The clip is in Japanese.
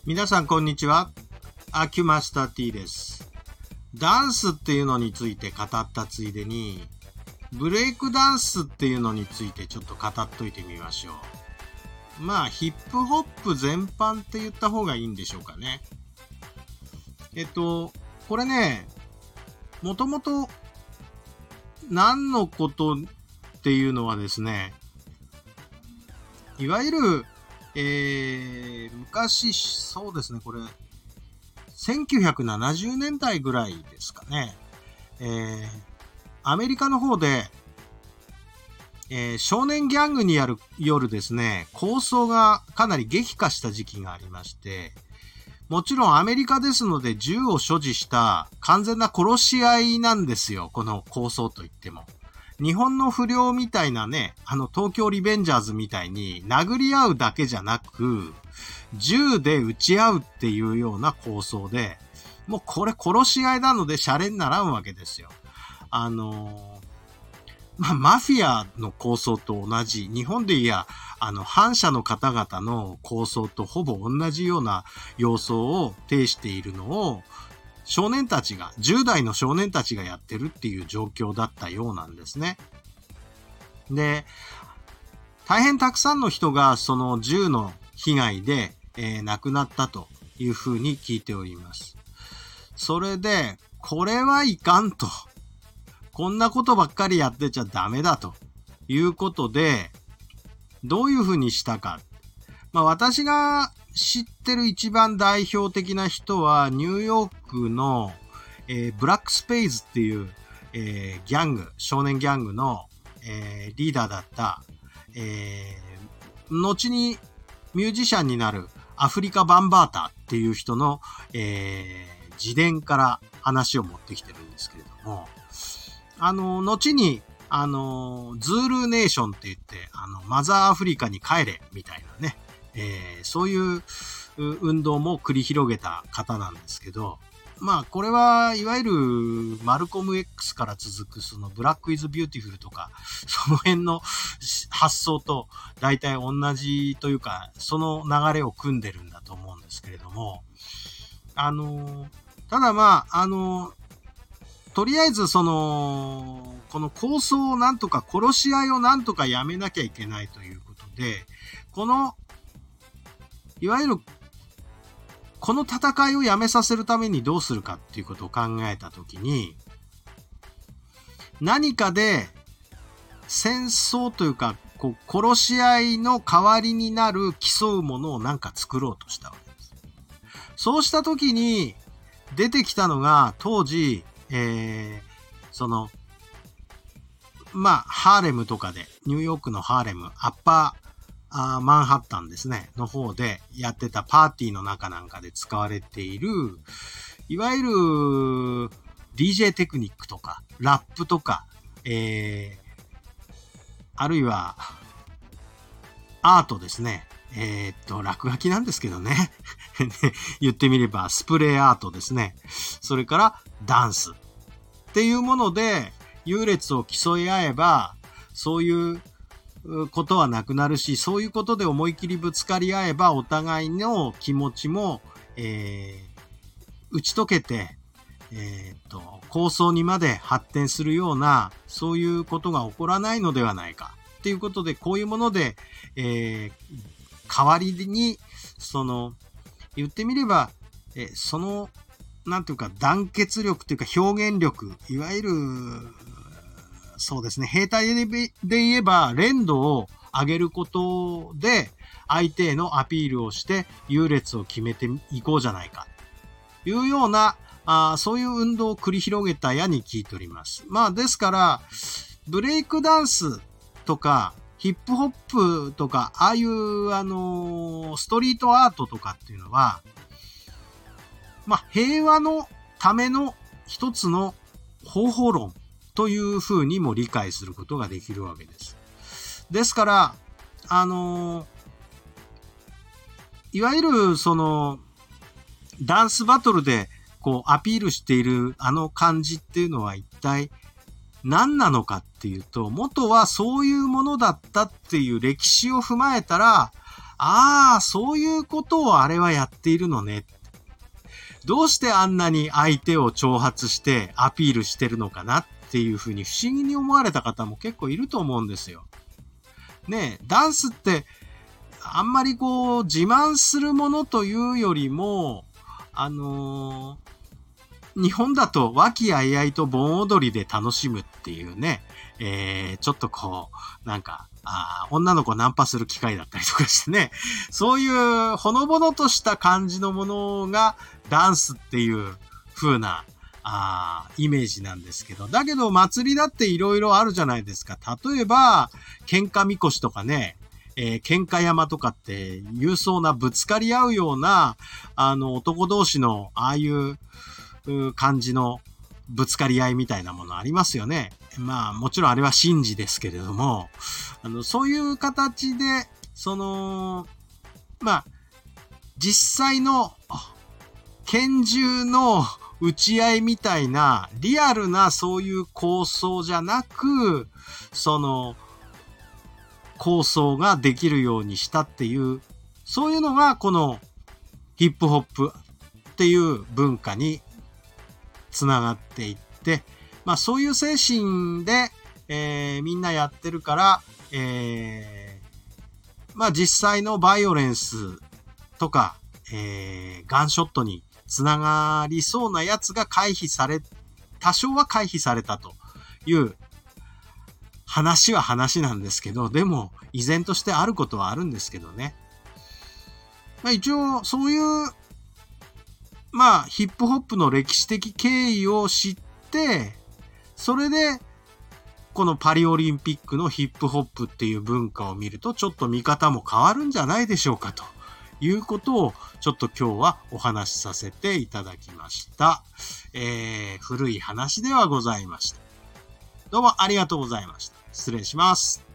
皆さんこんにちは。アキュマスター T です。ダンスっていうのについて語ったついでに、ブレイクダンスっていうのについてちょっと語っといてみましょう。まあ、ヒップホップ全般って言った方がいいんでしょうかね。これね、もともと何のことっていうのはですね、いわゆる、昔、そうですね、これ、1970年代ぐらいですかね。アメリカの方で、少年ギャングによるですね、抗争がかなり激化した時期がありまして、もちろんアメリカですので銃を所持した完全な殺し合いなんですよ、この抗争といっても。日本の不良みたいなね、東京リベンジャーズみたいに殴り合うだけじゃなく、銃で撃ち合うっていうような構想で、もうこれ殺し合いなのでシャレにならんわけですよ。マフィアの構想と同じ、日本でいや、反社の方々の構想とほぼ同じような様相を呈しているのを、少年たちが、10代の少年たちがやってるっていう状況だったようなんですね。で、大変たくさんの人がその銃の被害で、亡くなったというふうに聞いております。それで、これはいかんと。こんなことばっかりやってちゃダメだということで、どういうふうにしたか。私が知ってる一番代表的な人は、ニューヨークの、ブラックスペイズっていう、ギャング、少年ギャングの、リーダーだった、後にミュージシャンになるアフリカ・バンバータっていう人の、自伝から話を持ってきてるんですけれども、後に、ズールーネーションって言って、マザーアフリカに帰れみたいなね、そういう運動も繰り広げた方なんですけど、これはいわゆるマルコム X から続くそのブラックイズビューティフルとか、その辺の発想と大体同じというか、その流れを組んでるんだと思うんですけれども、ただとりあえずこの抗争をなんとか、殺し合いをなんとかやめなきゃいけないということで、いわゆる、この戦いをやめさせるためにどうするかっていうことを考えたときに、何かで戦争というか、殺し合いの代わりになる競うものをなんか作ろうとしたわけです。そうしたときに出てきたのが、当時、ハーレムとかで、ニューヨークのハーレム、アッパー、マンハッタンですね、の方でやってたパーティーの中なんかで使われている、いわゆる DJ テクニックとか、ラップとか、あるいはアートですね。落書きなんですけどね。言ってみればスプレーアートですね。それからダンスっていうもので優劣を競い合えば、そういうことはなくなるし、そういうことで思い切りぶつかり合えば、お互いの気持ちも、打ち解けて、抗争にまで発展するような、そういうことが起こらないのではないか。っていうことで、こういうもので、代わりに、言ってみれば、なんていうか、団結力というか表現力、いわゆる、そうですね。兵隊で言えば、連度を上げることで、相手へのアピールをして、優劣を決めていこうじゃないか。いうような、そういう運動を繰り広げたやに聞いております。ですから、ブレイクダンスとか、ヒップホップとか、ああいう、ストリートアートとかっていうのは、平和のための一つの方法論というふうにも理解することができるわけです。ですから、いわゆるダンスバトルでアピールしている感じっていうのは一体何なのかっていうと、元はそういうものだったっていう歴史を踏まえたら、 そういうことをあれはやっているのね。どうしてあんなに相手を挑発してアピールしてるのかなっていうふうに不思議に思われた方も結構いると思うんですよ。ねえ、ダンスってあんまりこう自慢するものというよりも、日本だと和気あいあいと盆踊りで楽しむっていうね、ちょっとこう、なんか、女の子ナンパする機会だったりとかしてね、そういうほのぼのとした感じのものがダンスっていう風な、イメージなんですけど、だけど祭りだっていろいろあるじゃないですか。例えば、喧嘩みこしとかね、喧嘩山とかって勇壮なぶつかり合うような、男同士のああいう感じのぶつかり合いみたいなものありますよね。まあもちろんあれは神事ですけれども、そういう形で、まあ、実際の拳銃の撃ち合いみたいなリアルなそういう構想じゃなく、構想ができるようにしたっていう、そういうのがこのヒップホップっていう文化につながっていって、まあそういう精神で、みんなやってるから、まあ実際のバイオレンスとか、ガンショットにつながりそうなやつが多少は回避されたという話は話なんですけど、でも依然としてあることはあるんですけどね。まあ一応そういうまあヒップホップの歴史的経緯を知って、それでこのパリオリンピックのヒップホップっていう文化を見るとちょっと見方も変わるんじゃないでしょうかということをちょっと今日はお話しさせていただきました。古い話ではございました。どうもありがとうございました。失礼します。